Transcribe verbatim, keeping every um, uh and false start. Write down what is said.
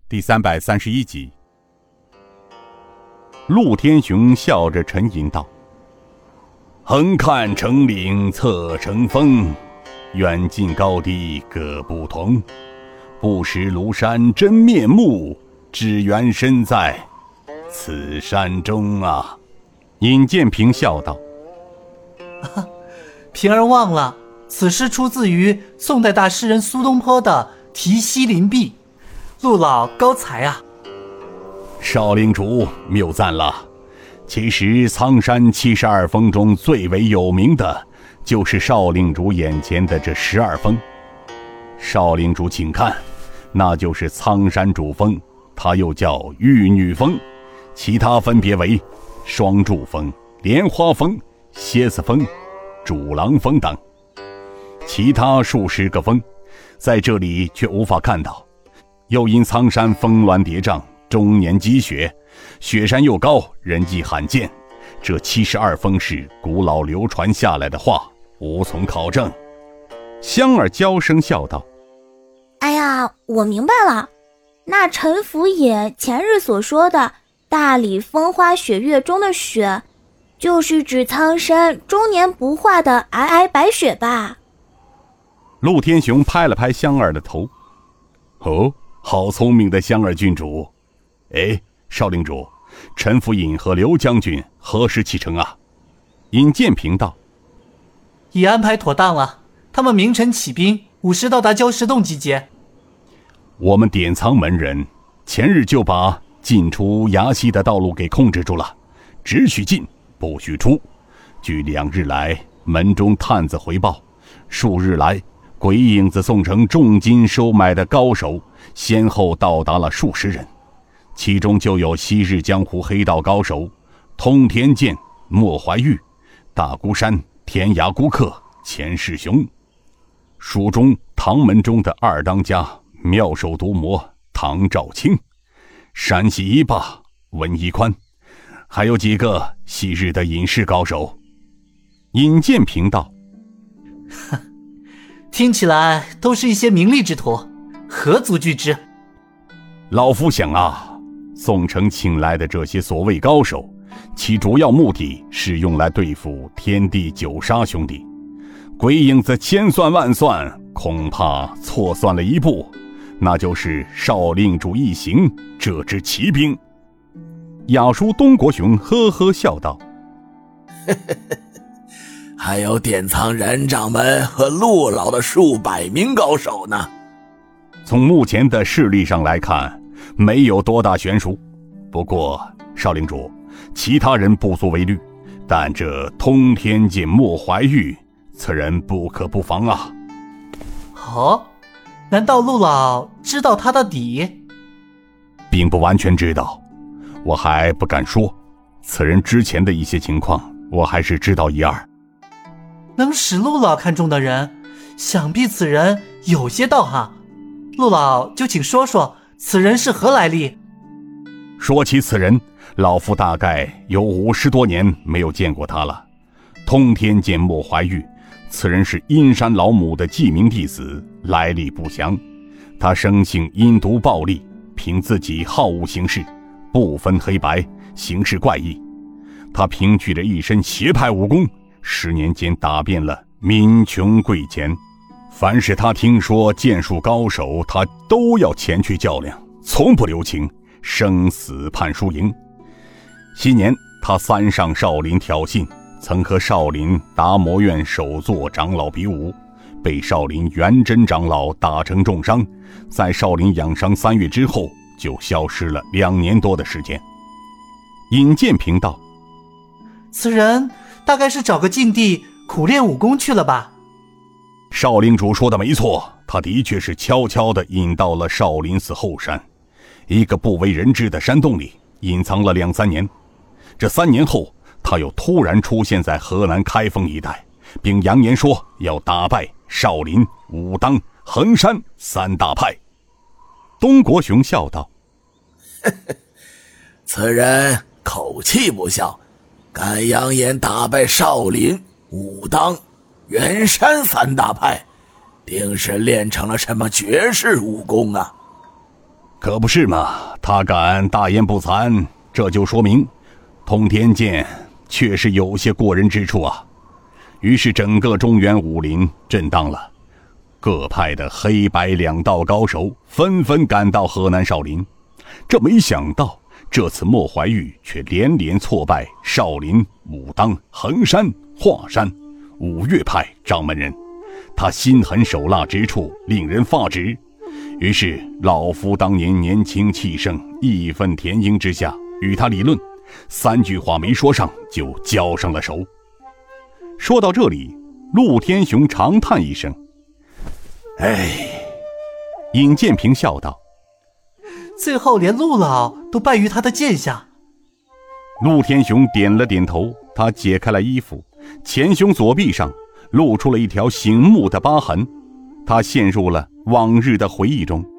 第三百三十一集。陆天雄笑着沉吟道：横看成岭侧成峰，远近高低各不同，不识庐山真面目，只缘身在此山中啊。尹建平笑道： 平儿忘了，此诗出自于宋代大诗人苏东坡的《题西林壁》，陆老高才啊。 少领主谬赞了，其实苍山七十二峰中最为有名的就是少领主眼前的这十二峰。少领主请看，那就是苍山主峰，它又叫玉女峰，其他分别为双柱峰、莲花峰、蝎子峰、主廊峰等，其他数十个峰在这里却无法看到。又因苍山峰峦叠嶂，终年积雪，雪山又高，人迹罕见，这七十二峰是古老流传下来的话，无从考证。香儿娇声笑道： 哎呀，我明白了，那陈福也前日所说的大理风花雪月中的雪，就是指苍山终年不化的皑皑白雪吧？ 陆天雄拍了拍香儿的头：哦，好聪明的香儿郡主。哎，少领主，陈府尹和刘将军何时启程啊？尹建平道： 已安排妥当了，他们明晨起兵，午时到达礁石洞集结。 我们典藏门人前日就把进出崖西的道路给控制住了，只许进不许出。据两日来门中探子回报，数日来鬼影子送城重金收买的高手先后到达了数十人，其中就有昔日江湖黑道高手通天剑、莫怀玉、大孤山、天涯孤客钱世雄，蜀中唐门中的二当家妙手毒魔唐兆清，山西一霸文一宽，还有几个昔日的隐士高手。尹建平道： 听起来都是一些名利之徒，何足惧之？ 老夫想啊，宋城请来的这些所谓高手，其主要目的是用来对付天地九杀兄弟，鬼影子千算万算，恐怕错算了一步，那就是少令主一行这支骑兵。雅叔东国雄呵呵笑道： 还有典藏人掌门和陆老的数百名高手呢。 从目前的势力上来看，没有多大悬殊。不过少领主，其他人不足为虑，但这通天剑莫怀玉，此人不可不防啊。 哦，难道陆老知道他的底？ 并不完全知道，我还不敢说。此人之前的一些情况，我还是知道一二。 能使陆老看中的人，想必此人有些道行。陆老就请说说此人是何来历。 说起此人，老夫大概有五十多年没有见过他了。通天剑莫怀玉，此人是阴山老母的记名弟子，来历不详。他生性阴毒暴戾，凭自己好恶行事，不分黑白，行事怪异。他凭据着一身邪派武功，十年间打遍了民穷贵贱，凡是他听说剑术高手，他都要前去较量，从不留情，生死判输赢。昔年他三上少林挑衅，曾和少林达摩院首座长老比武，被少林元真长老打成重伤，在少林养伤三月之后就消失了两年多的时间。尹建平道： 此人大概是找个境地苦练武功去了吧？ 少领主说的没错，他的确是悄悄地引到了少林寺后山，一个不为人知的山洞里隐藏了两三年。这三年后，他又突然出现在河南开封一带，并扬言说要打败少林、武当、衡山三大派。东国雄笑道： 此人口气不小，敢扬言打败少林、武当、元山三大派，定是练成了什么绝世武功啊。 可不是嘛，他敢大言不惭，这就说明通天剑确实有些过人之处啊。于是整个中原武林震荡了，各派的黑白两道高手纷纷赶到河南少林。这没想到这次莫怀玉却连连挫败少林、武当、衡山、华山五岳派掌门人，他心狠手辣之处令人发指。于是老夫当年年轻气盛，义愤填膺之下与他理论，三句话没说上就交上了手。说到这里，陆天雄长叹一声：哎。尹建平笑道： 最后连陆老都败于他的剑下。 陆天雄点了点头，他解开了衣服，前胸左臂上露出了一条醒目的疤痕，他陷入了往日的回忆中。